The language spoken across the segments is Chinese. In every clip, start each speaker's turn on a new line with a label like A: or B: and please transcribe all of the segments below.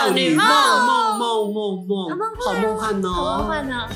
A: 少女梦，
B: 梦，好梦幻哦，
A: 好梦幻呢。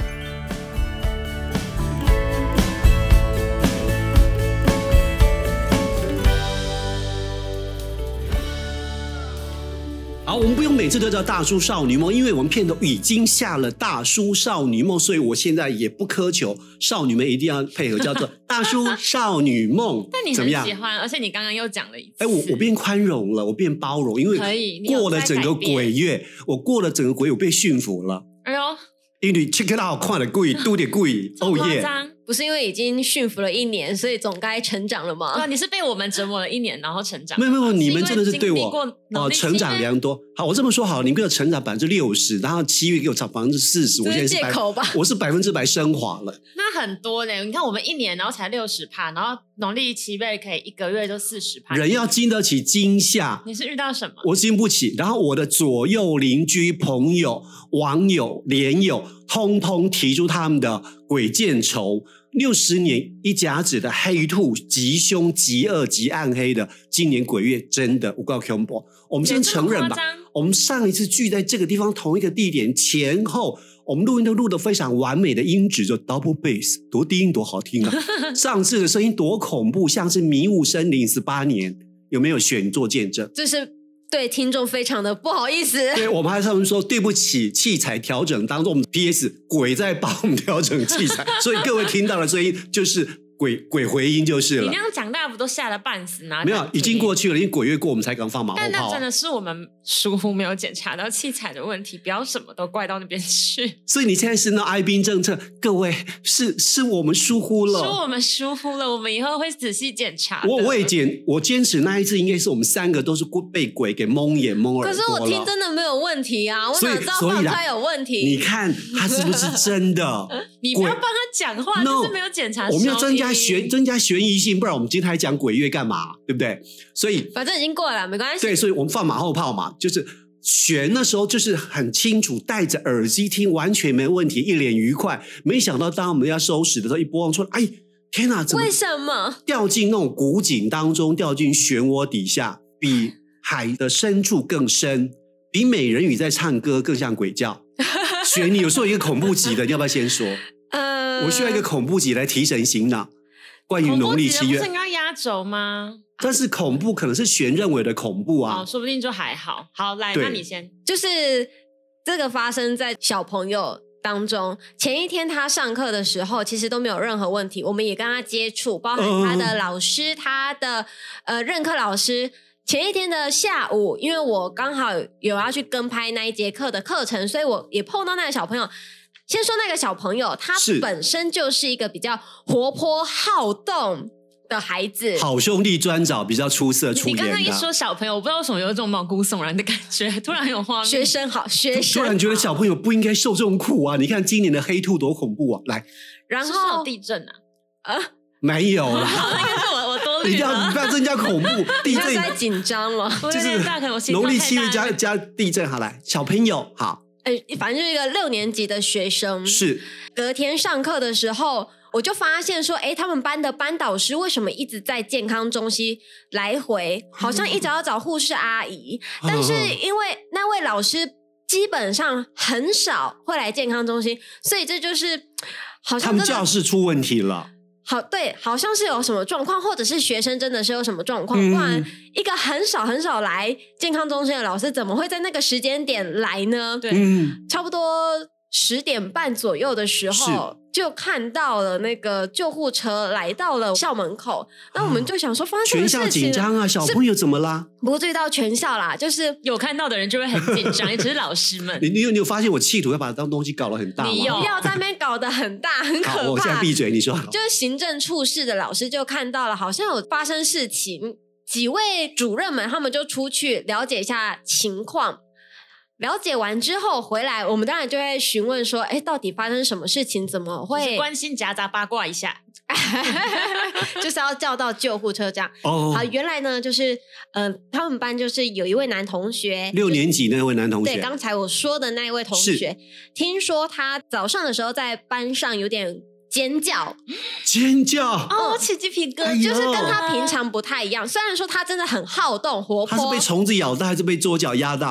B: 好，我们不用每次都叫大叔少女梦，因为我们片头已经下了大叔少女梦，所以我现在也不苛求少女们一定要配合叫做大叔少女梦。
A: 但你很喜欢，而且你刚刚又讲了一次。
B: 我变宽容了，我变包容，因为过了整个鬼月，我被驯服了。
A: 哎呦，
B: 因为 check it out 看得贵，都得贵，哦耶！
C: 不是因为已经驯服了1年，所以总该成长了吗？
A: 对啊，你是被我们折磨了1年，然后成长。
B: 没有，你们真的是对我成长良多。好，我这么说好了，你给我成长60%，然后7月给我涨40%，我现在是
C: 借口吧？
B: 我是100%升华了。
A: 那很多嘞，你看我们1年，然后才60%，然后农历7月可以1个月就40%。
B: 人要经得起惊吓。
A: 你是遇到什么？
B: 我经不起。然后我的左右邻居、朋友、网友、连友，通通提出他们的鬼见愁。60年一甲子的黑兔，极凶、极恶、极暗黑的，今年鬼月真的有够恐怖。我们先承认吧，我们上一次聚在这个地方同一个地点前后，我们录音都录得非常完美的音质，就 double bass， 多低音多好听啊！上次的声音多恐怖，像是迷雾森林18年，有没有选做见证？
C: 就是对听众非常的不好意思。
B: 对，我们还上面说对不起，器材调整当中，我们 PS 鬼在帮我们调整器材，所以各位听到的声音就是鬼回音就是了。
A: 你那样讲，大家不都吓得半死吗？
B: 没有，已经过去了，因为鬼月过，我们才刚放马后炮。
A: 但那真的是我们疏忽，没有检查到器材的问题，不要什么都怪到那边去。
B: 所以你现在是那哀兵政策，各位是我们疏忽了，
A: 是我们疏忽了，我们以后会仔细检查的。
B: 我坚持那一次应该是我们3个都是被鬼给蒙眼蒙耳朵了。
C: 可是我听真的没有问题啊，我哪知道放出来有问题？
B: 你看他是不是真的？
A: 你不要帮他讲话，就是没有检查。
B: 我们要增加悬疑性，不然我们今天还讲鬼月干嘛？对不对？所以
C: 反正已经过了，没关系。
B: 对，所以我们放马后炮嘛，就是悬那时候就是很清楚，戴着耳机听完全没问题，一脸愉快。没想到当我们要收拾的时候，一播放出来，哎，天哪！
C: 为什么
B: 掉进那种古井当中，掉进漩涡底下，比海的深处更深，比美人鱼在唱歌更像鬼叫。悬你有时候一个恐怖集的，你要不要先说？我需要一个恐怖集来提神醒脑。关于农历7月，
A: 不是应该压轴吗？
B: 但是恐怖可能是玄认为的恐怖啊，
A: 说不定就还好。好，来，那你先。
C: 就是这个发生在小朋友当中，前一天他上课的时候，其实都没有任何问题，我们也跟他接触，包含他的老师，他的任课老师。前一天的下午，因为我刚好有要去跟拍那一节课的课程，所以我也碰到那个小朋友。先说那个小朋友，他本身就是一个比较活泼好动的孩子，
B: 好兄弟专找比较出色出演的。
A: 你刚刚一说小朋友，我不知道为什么有一种毛骨悚然的感觉，突然很有画面。
C: 学生好，学生
B: 突然觉得小朋友不应该受这种苦啊！你看今年的黑兔多恐怖啊！来，
C: 然后
A: 是不是有地震啊？
B: 没有啦，
A: 那个是我多虑了。
B: 你不要增加恐怖，地震
C: 太紧张了，
B: 就是农历7月加地震。好，来，小朋友好。
C: 反正就是一个6年级的学生，
B: 是
C: 隔天上课的时候，我就发现说，他们班的班导师为什么一直在健康中心来回，好像一直要找护士阿姨，但是因为那位老师基本上很少会来健康中心，所以这就是好像
B: 他们教室出问题了。
C: 好，对，好像是有什么状况，或者是学生真的是有什么状况，不然一个很少来健康中心的老师，怎么会在那个时间点来呢？对，差不多10点半左右的时候，就看到了那个救护车来到了校门口，那我们就想说发生什么事情了？
B: 全校紧张啊，小朋友怎么啦？
C: 不至于到全校啦，就是
A: 有看到的人就会很紧张，也只是老师们。
B: 你有发现我企图要把当东西搞得很大吗？
C: 你有要在那边搞得很大，很可怕。
B: 好，我现在闭嘴，你说。
C: 就是行政处室的老师就看到了，好像有发生事情，几位主任们他们就出去了解一下情况。了解完之后回来，我们当然就会询问说，到底发生什么事情？怎么会？
A: 就是关心夹杂八卦一下，
C: 就是要叫到救护车这样。好，原来呢，就是他们班就是有一位男同学
B: ，6年级那位男同学，
C: 对，刚才我说的那一位同学，听说他早上的时候在班上有点尖叫，
A: 我起鸡皮疙瘩，
C: 就是跟他平常不太一样。虽然说他真的很好动活泼，
B: 他是被虫子咬到还是被桌角压到？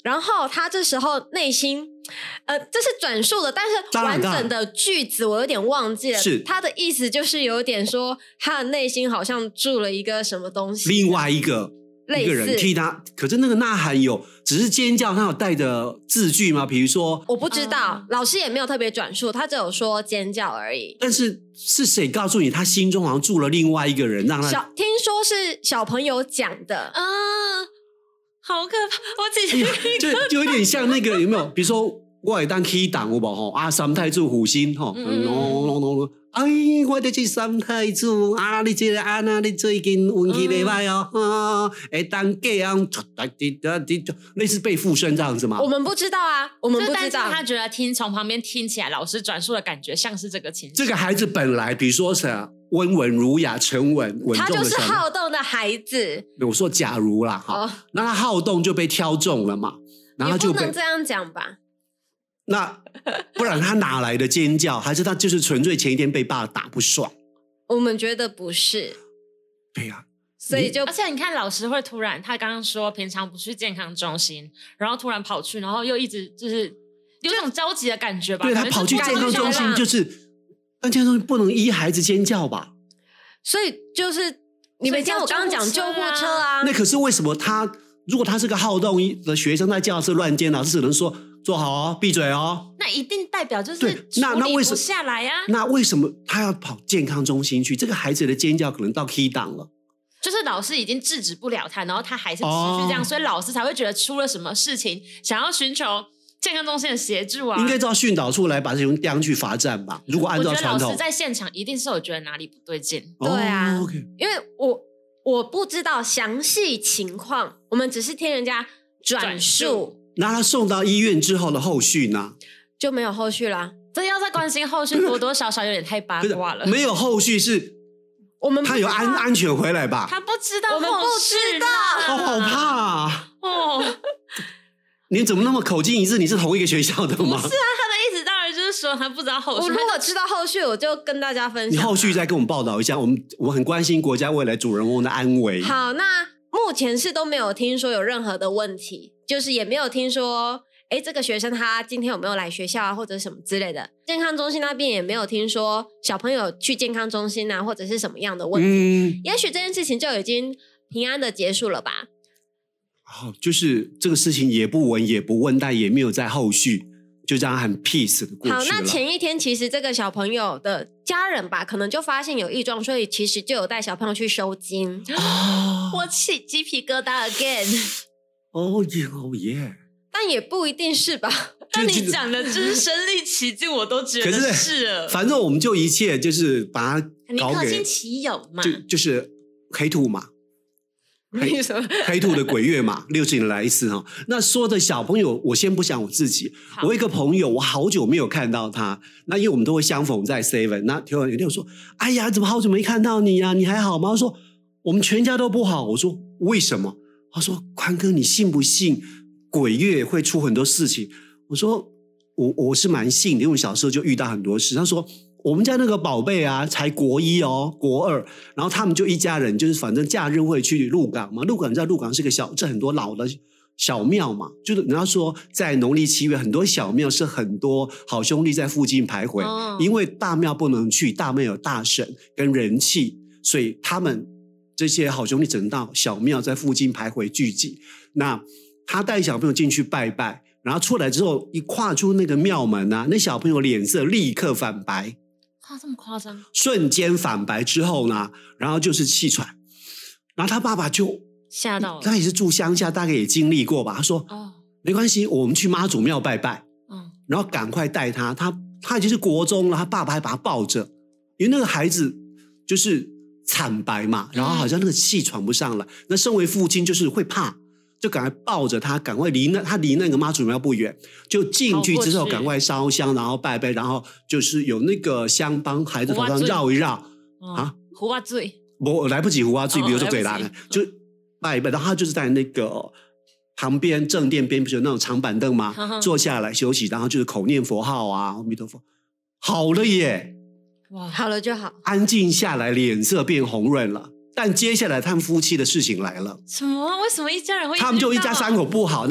C: 然后他这时候内心，这是转述的，但是完整的句子我有点忘记了。
B: 是
C: 他的意思就是有点说，他的内心好像住了一个什么东西，
B: 另外一个人替他，可是那个呐喊只是尖叫，他有带的字句吗？比如说，
C: 我不知道，老师也没有特别转述，他只有说尖叫而已。
B: 但是谁告诉你，他心中好像住了另外一个人，让他
C: 听说是小朋友讲的
A: 啊，好可怕！我自己
B: 就有点像那个有没有？比如说我会当起档有无吼？啊，三太子虎心吼，哎，我就是三太子啊！你这个安娜，你最近运气袂歹哦，会当嫁啊，类似被附身这样子吗？
C: 我们不知道啊，我们不知道。
A: 他觉得从旁边听起来，老师转述的感觉像是这个情景。
B: 这个孩子本来，比如说是温文儒雅、沉稳稳重的，
C: 他就是好动的孩子。
B: 我说假如啦，哈，那他好动就被挑中了嘛，然后就
C: 不能这样讲吧？
B: 那不然他哪来的尖叫？还是他就是纯粹前一天被爸打不爽？
C: 我们觉得不是。
B: 对呀，
C: 所以就
A: 而且你看，老师会突然，他刚刚说平常不去健康中心，然后突然跑去，然后又一直就是有种着急的感觉吧？
B: 对，他跑去健康中心，就是但健康中心不能依孩子尖叫吧？
C: 所以就是你们听我刚刚讲救护车啊。
B: 那可是为什么如果他是个好动的学生，在教室乱尖，老师只能说坐好哦，闭嘴哦。
A: 那一定代表就是
B: 那为什么
A: 下来呀？
B: 那为什么他要跑健康中心去？这个孩子的尖叫可能到 key 档了，
A: 就是老师已经制止不了他，然后他还是持续这样，所以老师才会觉得出了什么事情，想要寻求健康中心的协助啊。
B: 应该照训导处来把这种丢去罚站吧？如果按照传统，
A: 我觉得老师在现场一定是有觉得哪里不对劲。
C: 对啊，
B: 因
C: 为我不知道详细情况，我们只是听人家转述。
B: 那他送到医院之后的后续呢？
C: 就没有后续啦。
A: 这要再关心后续，多多少少有点太八卦了。
B: 没有后续是，他有安全回来吧？
A: 他不知道，
C: 我们不知道，
B: 好怕啊！哦，你怎么那么口径一致？你是同一个学校的吗？
A: 不是啊，他的意思当然就是说他不知道后续。
C: 我如果知道后续，我就跟大家分享。
B: 你后续再跟我们报道一下，我们很关心国家未来主人翁的安危。
C: 好，那目前是都没有听说有任何的问题，就是也没有听说，这个学生他今天有没有来学校啊，或者什么之类的。健康中心那边也没有听说小朋友去健康中心啊，或者是什么样的问题。也许这件事情就已经平安的结束了吧。
B: 就是这个事情也不闻也不问，但也没有在后续，就这样很 peace 的过去了。
C: 好，那前一天其实这个小朋友的家人吧，可能就发现有异状，所以其实就有带小朋友去收金。
A: 我起鸡皮疙瘩 again。
B: 哦耶！
C: 但也不一定是吧？
A: 但你讲的真身临其境，我都觉得是了。
B: 反正我们就一切就是把它搞给，
A: 你可信其有嘛？
B: 就是黑兔嘛。黑兔的鬼月嘛，60年来一次哈。那说的小朋友，我先不讲我自己，我一个朋友，我好久没有看到他。那因为我们都会相逢在 7， 那有一天我说：“哎呀，怎么好久没看到你啊？你还好吗？”他说：“我们全家都不好。”我说：“为什么？”他说：“宽哥，你信不信鬼月会出很多事情？”我说：“我是蛮信的，因为我小时候就遇到很多事。”他说：“我们家那个宝贝啊，才国1哦，国2，然后他们就一家人，就是反正假日会去鹿港嘛。鹿港你知道，鹿港是个这很多老的小庙嘛，就是人家说在农历7月，很多小庙是很多好兄弟在附近徘徊，因为大庙不能去，大庙有大神跟人气，所以他们这些好兄弟只能到小庙在附近徘徊聚集。那他带小朋友进去拜拜，然后出来之后一跨出那个庙门啊，那小朋友脸色立刻反白。
A: 这么夸张？
B: 瞬间反白之后呢，然后就是气喘，然后他爸爸就
A: 吓到了。
B: 他也是住乡下，大概也经历过吧。他说：“没关系，我们去妈祖庙拜拜。”然后赶快带他已经是国中了，他爸爸还把他抱着，因为那个孩子就是惨白嘛，然后好像那个气喘不上来。那身为父亲就是会怕，就赶快抱着他，赶快离那个妈祖庙不远，就进去之后赶快烧香，然后拜拜，然后就是有那个香帮孩子头上绕一绕
A: 胡花醉，
B: 我来不及胡花醉，比如说嘴啦，就拜一拜，然后他就是在那个旁边正殿边不是有那种长板凳吗？坐下来休息，然后就是口念佛号啊，阿弥陀佛，好了耶，
C: 哇，好了就好，
B: 安静下来，脸色变红润了。但接下来他们夫妻的事情来了。
A: 什么？为什么一家人会？
B: 他们就一家3口不好。那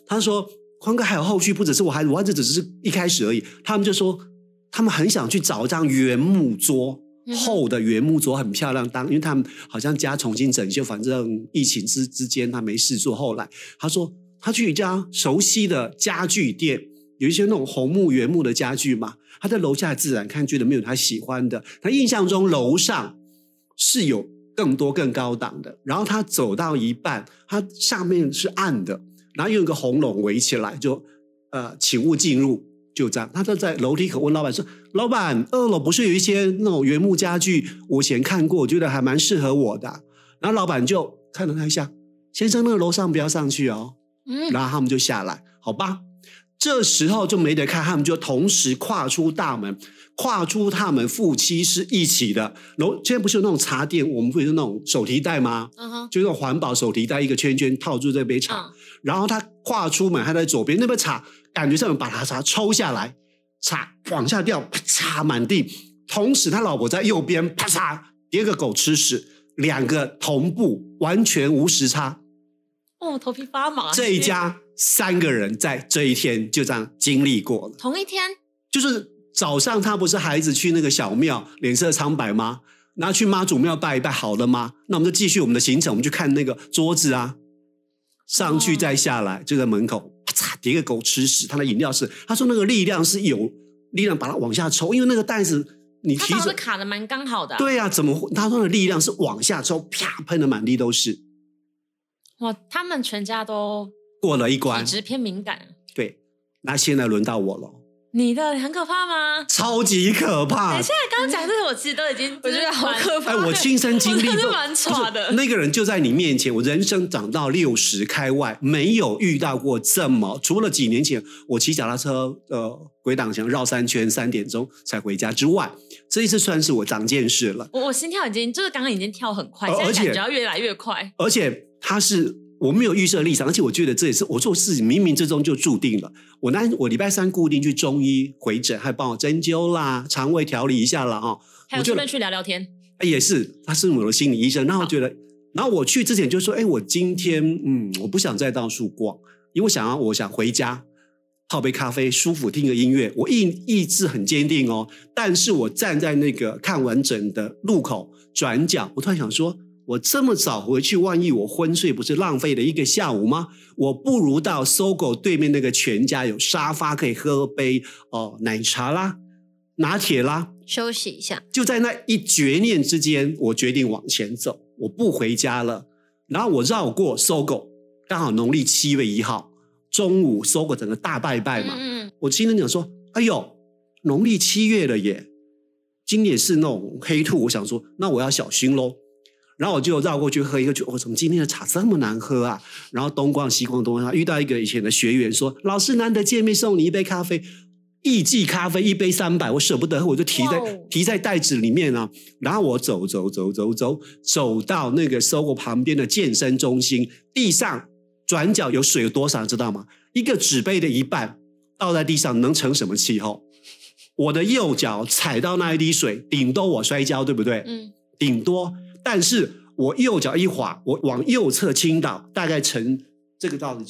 B: 他说宽哥还有后续，不只是我孩子，我孩子只是一开始而已。他们就说他们很想去找一张原木桌，厚的原木桌很漂亮，因为他们好像家重新整修，反正疫情之间他没事做。后来他说他去一家熟悉的家具店，有一些那种红木原木的家具嘛，他在楼下自然看觉得没有他喜欢的，他印象中楼上是有更多更高档的，然后他走到一半，他上面是暗的，然后用一个红笼围起来，就请勿进入，就这样。他就在楼梯口问老板说，老板2楼不是有一些那种原木家具，我以前看过，我觉得还蛮适合我的。然后老板就看了他一下，先生那个楼上不要上去哦。然后他们就下来，好吧。这时候就没得看，他们就同时跨出大门，跨出他们夫妻是一起的。现在不是有那种茶店，我们不是那种手提袋吗？就那种环保手提袋，一个圈圈套住这杯茶。然后他跨出门，他在左边那杯茶，感觉上把他茶抽下来，茶往下掉，啪嚓满地。同时他老婆在右边，啪嚓第二个狗吃屎，2个同步，完全无时差。
A: 哦，头皮发麻。
B: 这一家3个人在这一天就这样经历过了。
A: 同一天？
B: 就是早上他不是孩子去那个小庙脸色苍白吗？然后去妈祖庙拜一拜好了吗？那我们就继续我们的行程，我们去看那个桌子啊，上去再下来，就在门口啪嚓叠个狗吃屎。他的饮料是，他说那个力量是有力量把它往下抽，因为那个袋子你提着，
A: 他倒是卡得蛮刚好的。
B: 对啊，怎么他说的力量是往下抽，啪喷的满地都是。
A: 哇，他们全家都
B: 过了一关，
A: 体质偏敏感。
B: 对，那现在轮到我了。
A: 你的很可怕吗？
B: 超级可怕！
A: 现在刚刚讲这个，我其实都已经
C: 我觉得好可怕。
B: 我亲身经历，
A: 是蛮差的。
B: 那个人就在你面前，我人生长到60开外，没有遇到过这么。除了几年前我骑脚踏车鬼挡墙绕3圈3点钟才回家之外，这一次算是我长见识了。
A: 我心跳已经就是刚刚已经跳很快，现在感觉要越来越快。
B: 而且他是。我没有预设立场，而且我觉得这也是我做事情冥冥之中就注定了。我礼拜3固定去中医回诊，还帮我针灸啦、肠胃调理一下啦哈。
A: 还有顺便去聊聊天。
B: 也是，他是我的心理医生。然后觉得，然后我去之前就说，我今天我不想再到处逛，因为我想回家泡杯咖啡，舒服听个音乐。我意志很坚定哦，但是我站在那个看完诊的路口转角，我突然想说。我这么早回去，万一我昏睡，不是浪费了一个下午吗？我不如到SOGO对面那个全家有沙发可以喝杯奶茶啦、拿铁啦，
C: 休息一下。
B: 就在那一绝念之间，我决定往前走，我不回家了。然后我绕过SOGO，刚好农历7月1号中午SOGO整个大拜拜嘛。我心里想说，哎呦，农历7月了耶，今年是那种黑兔，我想说，那我要小心咯。然后我就绕过去喝一个，怎么今天的茶这么难喝啊？然后东逛西逛东逛，遇到一个以前的学员说：“老师难得见面，送你一杯咖啡，艺妓咖啡1杯300，我舍不得喝，我就提在袋子里面啊。”然后我走到那个SOGO旁边的健身中心，地上转角有水有多少，知道吗？一个纸杯的一半倒在地上，能成什么气候？我的右脚踩到那一滴水，顶多我摔跤，对不对？顶多。但是我右脚一滑，我往右侧倾倒，大概呈这个道理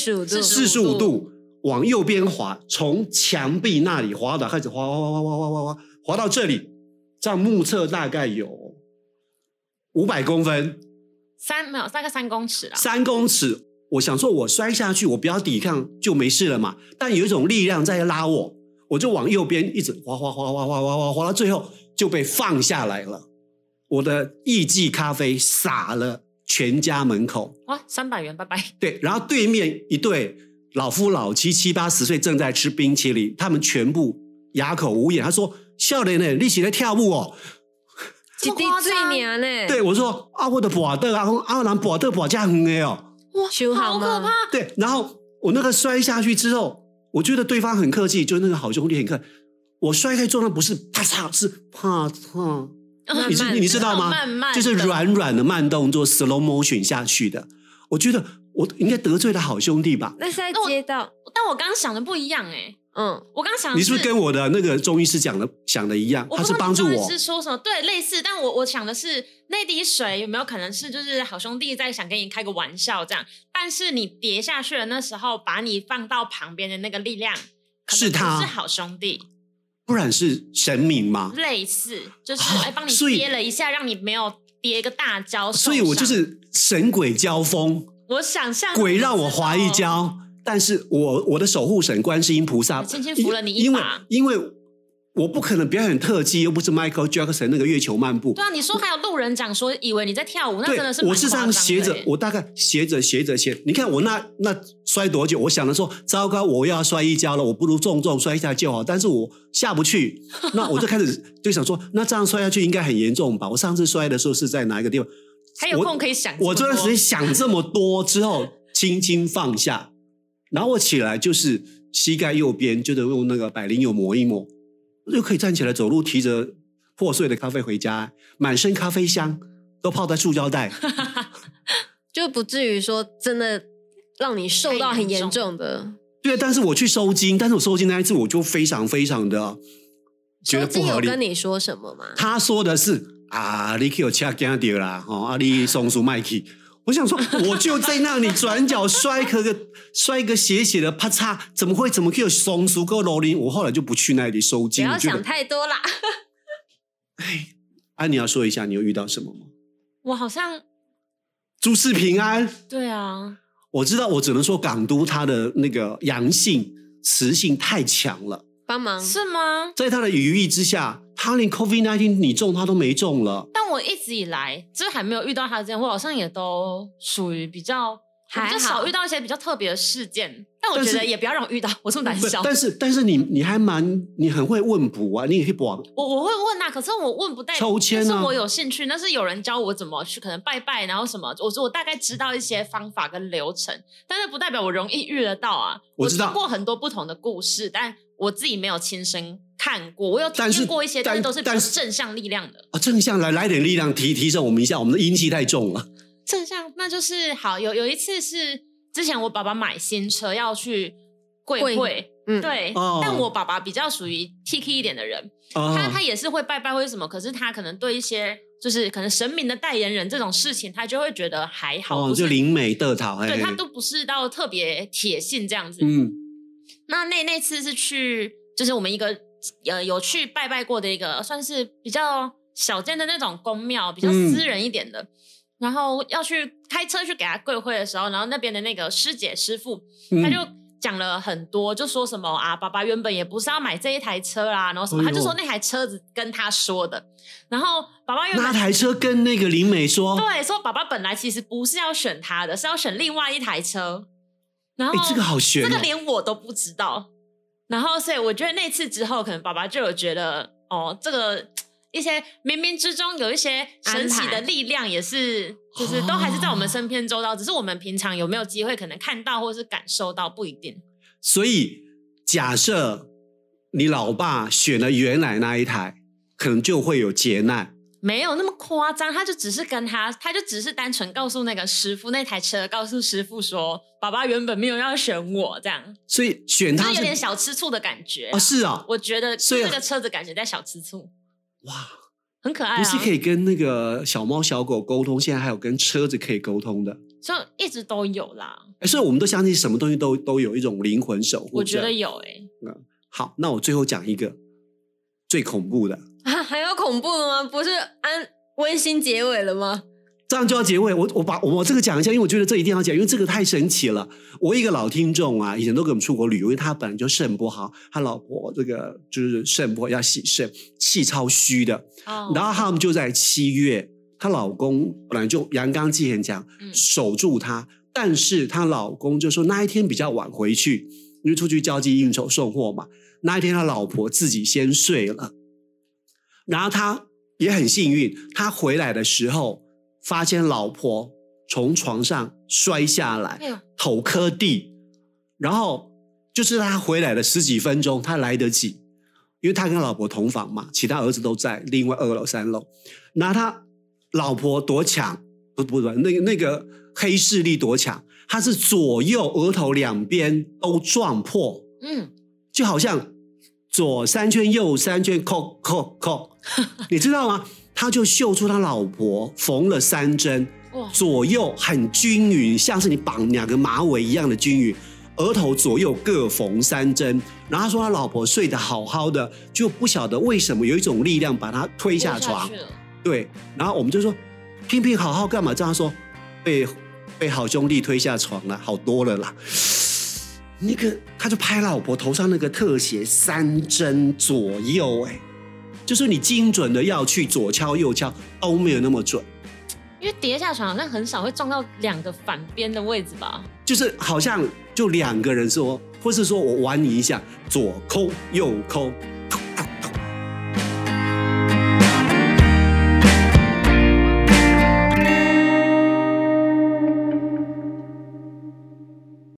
B: 45度往右边滑，从墙壁那里滑到开始滑到这里，这样目测大概有500公分，
A: 大概3公尺啦。
B: 3公尺，我想说我摔下去，我不要抵抗就没事了嘛。但有一种力量在拉我就往右边一直滑到最后就被放下来了。我的艺妓咖啡洒了全家门口。
A: 哇，300元，拜拜。
B: 对，然后对面一对老夫老妻70、80岁正在吃冰淇淋，他们全部哑口无言。他说：“少年呢，你是在跳舞哦？”
C: 这么夸张呢？
B: 对，我说我的跋倒啊，人跋倒跋这远的哦。
C: 哇，
A: 好可怕。
B: 对，然后我那个摔下去之后，我觉得对方很客气，就那个好兄弟很客气。我摔开撞的不是啪嚓，是啪嚓。你知道吗？
A: 慢慢
B: 就是软的慢动作 slow motion 下去的。我觉得我应该得罪了好兄弟吧。
C: 那是在街道，
A: 但我刚刚想的不一样我刚想的
B: 你是不是跟我的那个中医师想的一样？他是帮助我。
A: 是说什么？对，类似。但我想的是，那滴水有没有可能是就是好兄弟在想跟你开个玩笑这样？但是你跌下去的那时候，把你放到旁边的那个力量，
B: 是他
A: 是好兄弟，
B: 不然是神明吗？
A: 类似，就是帮你跌了一下，让你没有跌一个大跤。
B: 所以我就是神鬼交锋。
A: 我想象
B: 鬼让我滑一跤。但是我的守护神观世音菩萨
A: 轻轻扶了你一把，
B: 因为我不可能表演特技，又不是 Michael Jackson 那个月球漫步。
A: 对啊，你说还有路人讲说以为你在跳舞，那真的是
B: 我是这样斜着，我大概斜着，你看我那摔多久？我想的说，糟糕，我又要摔一跤了，我不如重摔下就好，但是我下不去，那我就开始就想说，那这样摔下去应该很严重吧？我上次摔的时候是在哪一个地方？
A: 还有空可以想，
B: 我这段时间想这么多之后，轻轻放下。然后我起来就是膝盖右边，就是用那个百灵油抹一抹，就可以站起来走路，提着破碎的咖啡回家，满身咖啡香，都泡在塑胶袋，
C: 就不至于说真的让你受到很严重的。
B: 对，但是我去收金，但是我收金那一次我就非常非常的觉得不合理。
C: 收金有跟你说什么吗？
B: 他说的是你去有车惊到啦，你松鼠麦去。我想说，我就在那里转角摔个斜斜的，啪嚓，怎么可以有松鼠跟罗琳？我后来就不去那里收金。
C: 不要想太多啦。
B: 你要说一下你有遇到什么吗？
A: 我好像
B: 诸事平安。
A: 对啊，
B: 我知道，我只能说港都它的那个阳性磁性太强了。
C: 帮忙
A: 是吗？
B: 在他的羽翼之下，他连 COVID-19 你中他都没中了。
A: 但我一直以来就是还没有遇到他之前，我好像也都属于比较少遇到一些比较特别的事件。但我觉得也不要让我遇到，我这么胆小。
B: 但是你还你很会问卜啊，你也可以卜。
A: 我会问啊，可是我问不带
B: 抽签啊，
A: 但是我有兴趣，那是有人教我怎么去可能拜拜，然后什么，我大概知道一些方法跟流程，但是不代表我容易遇得到啊。
B: 我知道
A: 听过很多不同的故事，但我自己没有亲身看过，我有体验过一些，但是都是比较正向力量的。
B: 正向来点力量提升我们一下，我们的阴气太重了。
A: 正向那就是好，有一次是之前我爸爸买新车要去跪会，对，但我爸爸比较属于 T 一点的人，他也是会拜拜或者什么，可是他可能对一些就是可能神明的代言人这种事情，他就会觉还好，
B: 就灵美得讨，
A: 对，他都不是到特别铁信这样子。那次是去，就是我们一个有去拜拜过的一个算是比较小间的那种宫庙，比较私人一点的。然后要去开车去给他跪会的时候，然后那边的那个师姐师傅，他就讲了很多，就说什么爸爸原本也不是要买这一台车啦，然后什么，他就说那台车子跟他说的，然后爸爸原本那
B: 台车跟那个灵美说，
A: 对，说爸爸本来其实不是要选他的，是要选另外一台车，然后
B: 这个好悬，
A: 这个连我都不知道，然后所以我觉得那次之后，可能爸爸就有觉得这个。一些冥冥之中有一些神奇的力量，也是就是都还是在我们身边周遭，只是我们平常有没有机会可能看到或是感受到不一定。
B: 所以假设你老爸选了原来那一台，可能就会有劫难。
A: 没有那么夸张，他就只是单纯告诉那个师傅，那台车告诉师傅说，爸爸原本没有要选我这样，
B: 所以选他
A: 是有点小吃醋的感觉
B: 是啊，
A: 我觉得这个车子感觉在小吃醋。
B: 哇，
A: 很可爱
B: 不是可以跟那个小猫小狗沟通，现在还有跟车子可以沟通的，
A: 就一直都有啦。
B: 所以我们都相信什么东西都有一种灵魂守护者。
A: 我觉得有
B: 好，那我最后讲一个最恐怖的
C: 还有恐怖的吗？不是按温馨结尾了吗？
B: 这样就要结尾，我这个讲一下，因为我觉得这一定要讲，因为这个太神奇了。我一个老听众啊，以前都跟我们出国旅游，因为他本来就肾不好，他老婆这个就是肾不好，要洗肾，气超虚的。然后他们就在7月，她老公本来就阳刚气很强，守住她，但是她老公就说那一天比较晚回去，因为出去交际应酬送货嘛。那一天他老婆自己先睡了，然后他也很幸运，他回来的时候发现老婆从床上摔下来，头磕地，然后就是他回来的10几分钟他来得及，因为他跟老婆同房嘛，其他儿子都在另外2楼3楼，然后他老婆多强，不那个黑势力多强，他是左右额头两边都撞破， 就好像左3圈右3圈，扣扣扣，你知道吗？他就秀出他老婆缝了3针，左右很均匀，像是你绑2个马尾一样的均匀，额头左右各缝3针。然后他说他老婆睡得好好的，就不晓得为什么有一种力量把他推下床。对，然后我们就说萍萍好好干嘛？这样说被好兄弟推下床了，好多了啦。那个他就拍老婆头上那个特写3针左右，就是你精准的要去左敲右敲都没有那么准，
A: 因为跌下床好像很少会撞到2个反边的位置吧，
B: 就是好像就2个人说，或是说我玩你一下，左抠右抠，